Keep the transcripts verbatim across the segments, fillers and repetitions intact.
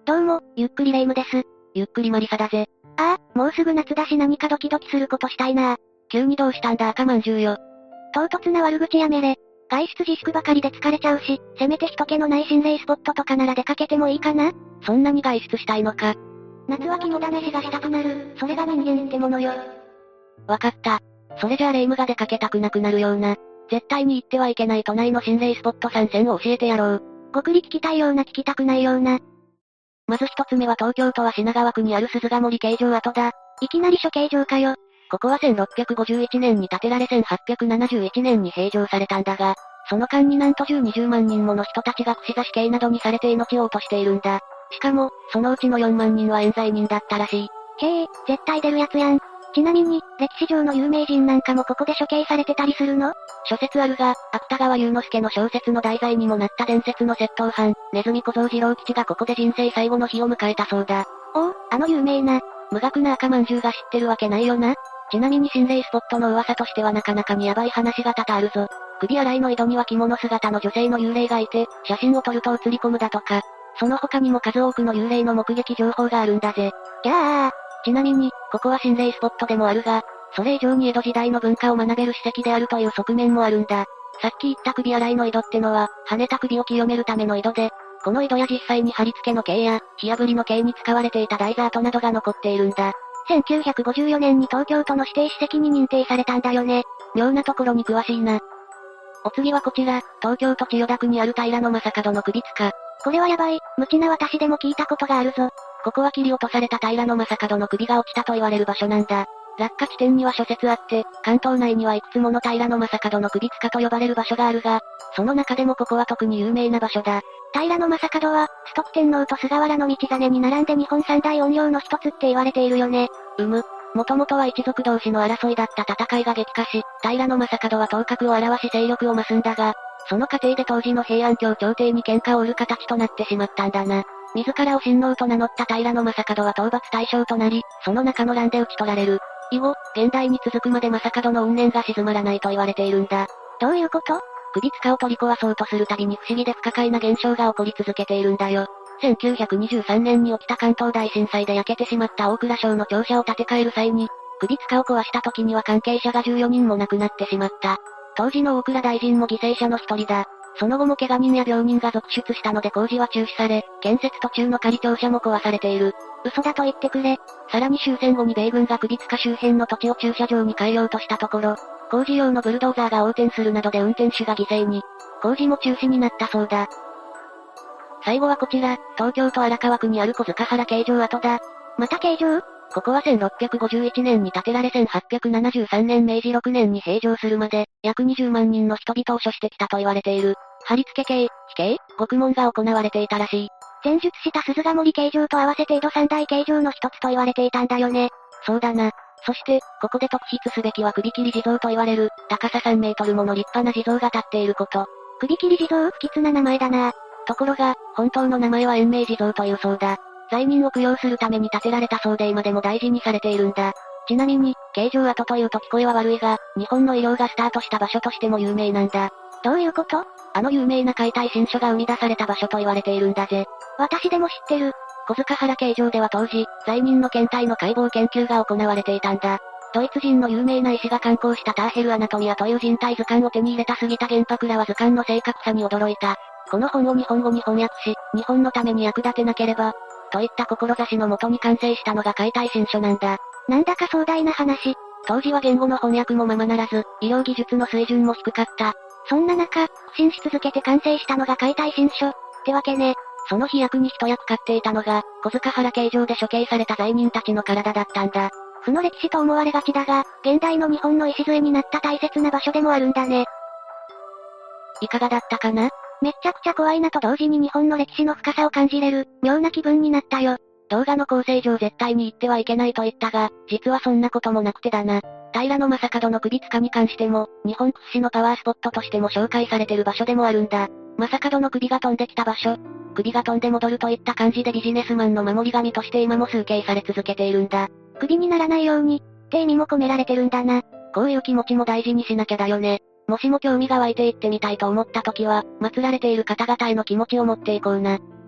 どうも、ゆっくりレ夢ムです。 ゆっくりマリサだぜ。 ああ、もうすぐ夏だし何かドキドキすることしたいな。 急にどうしたんだ赤まんじゅうよ。 唐突な悪口やめれ。外出自粛ばかりで疲れちゃうし、せめて人気のない心霊スポットとかなら出かけてもいいかな。 そんなに外出したいのか。 夏は肝試しがしたくなる、それが人間ってものよ。 わかった。それじゃあレ夢ムが出かけたくなくなるような。絶対に行ってはいけない都内の心霊スポット参戦を教えてやろう。 極利聞きたいような聞きたくないような。 まず一つ目は東京都は品川区にある鈴ヶ森形状跡だ。 いきなり処刑場かよ。 ここはせんろっぴゃくごじゅういちねんに建てられせんはっぴゃくななじゅういちねんに閉場されたんだが、その間になんとじゅう、にじゅうまんにんもの人たちが串刺し刑などにされて命を落としているんだ。しかも、そのうちのよんまんにんは冤罪人だったらしい。 へえ、絶対出るやつやん。ちなみに、歴史上の有名人なんかもここで処刑されてたりするの？ 諸説あるが、芥川龍之介の小説の題材にもなった伝説の窃盗犯、ネズミ小僧次郎吉がここで人生最後の日を迎えたそうだ。 おお、あの有名な。 無学な赤まんじゅうが知ってるわけないよな。ちなみに心霊スポットの噂としてはなかなかにヤバい話が多々あるぞ。首洗いの井戸には着物姿の女性の幽霊がいて、写真を撮ると映り込むだとか。その他にも数多くの幽霊の目撃情報があるんだぜ。 ギャー。 ちなみに、ここは心霊スポットでもあるが、それ以上に江戸時代の文化を学べる史跡であるという側面もあるんだ。さっき言った首洗いの井戸ってのは、跳ねた首を清めるための井戸で、この井戸や実際に貼り付けの刑や、火炙りの刑に使われていた台座跡などが残っているんだ。 せんきゅうひゃくごじゅうよねんに東京都の指定史跡に認定されたんだよね。 妙なところに詳しいな。お次はこちら、東京都千代田区にある平野正門の首塚。 これはやばい、無知な私でも聞いたことがあるぞ。 ここは切り落とされた平野正門の首が落ちたと言われる場所なんだ。落下地点には諸説あって、関東内にはいくつもの平野正門の首塚と呼ばれる場所があるが、その中でもここは特に有名な場所だ。 平野正門は、崇徳天皇と菅原道真に並んで日本三大怨霊の一つって言われているよね。 うむ。もともとは一族同士の争いだった戦いが激化し、平野正門は頭角を現し勢力を増すんだが、その過程で当時の平安京朝廷に喧嘩を売る形となってしまったんだな。自らを親王と名乗った平野正門は討伐対象となり、その中の乱で討ち取られる。以後、現代に続くまで正門の怨念が静まらないと言われているんだ。 どういうこと？ 首塚を取り壊そうとするたびに不思議で不可解な現象が起こり続けているんだよ。せんきゅうひゃくにじゅうさんねんに起きた関東大震災で焼けてしまった大蔵省の庁舎を建て替える際に、首塚を壊した時には関係者がじゅうよにんも亡くなってしまった。当時の大蔵大臣も犠牲者の一人だ。その後も怪我人や病人が続出したので工事は中止され、建設途中の仮庁舎も壊されている。 嘘だと言ってくれ。 さらに終戦後に米軍が首塚周辺の土地を駐車場に変えようとしたところ、工事用のブルドーザーが横転するなどで運転手が犠牲に。工事も中止になったそうだ。最後はこちら、東京都荒川区にある小塚原形状跡だ。 また形状？ ここはせんろっぴゃくごじゅういちねんに建てられせんはっぴゃくななじゅうさんねんめいじろくねんに閉場するまで、約にじゅうまんにんの人々を処してきたと言われている。貼り付け刑、死刑、獄門が行われていたらしい。 前述した鈴ヶ森形状と合わせて江戸三大形状の一つと言われていたんだよね。 そうだな。そして、ここで特筆すべきは首切り地蔵と言われる、高ささんメートルもの立派な地蔵が立っていること。 首切り地蔵？不吉な名前だな。 ところが、本当の名前は延命地蔵というそうだ。罪人を供養するために建てられたそうで今でも大事にされているんだ。ちなみに、形状跡というと聞こえは悪いが、日本の医療がスタートした場所としても有名なんだ。 どういうこと？ あの有名な解体新書が生み出された場所と言われているんだぜ。 私でも知ってる。 小塚原形状では当時、罪人の検体の解剖研究が行われていたんだ。ドイツ人の有名な医師が刊行したターヘルアナトミアという人体図鑑を手に入れた杉田玄白らは図鑑の正確さに驚いた。この本を日本語に翻訳し、日本のために役立てなければ、といった志のもとに完成したのが解体新書なんだ。 なんだか壮大な話。 当時は言語の翻訳もままならず、医療技術の水準も低かった。 そんな中、苦心し続けて完成したのが解体新書。ってわけね。 その飛躍に一役買っていたのが、小塚原形状で処刑された罪人たちの体だったんだ。 負の歴史と思われがちだが、現代の日本の礎になった大切な場所でもあるんだね。 いかがだったかな？ めっちゃくちゃ怖いなと同時に日本の歴史の深さを感じれる、妙な気分になったよ。 動画の構成上絶対に言ってはいけないと言ったが、実はそんなこともなくてだな。平野正門の首塚に関しても、日本屈指のパワースポットとしても紹介されてる場所でもあるんだ。正門の首が飛んできた場所、首が飛んで戻るといった感じでビジネスマンの守り神として今も崇敬され続けているんだ。 首にならないように、って意味も込められてるんだな。 こういう気持ちも大事にしなきゃだよね。もしも興味が湧いて行ってみたいと思った時は、祀られている方々への気持ちを持っていこうな。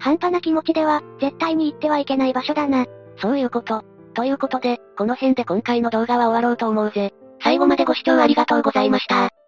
半端な気持ちでは、絶対に行ってはいけない場所だな。 そういうこと。ということで、この辺で今回の動画は終わろうと思うぜ。最後までご視聴ありがとうございました。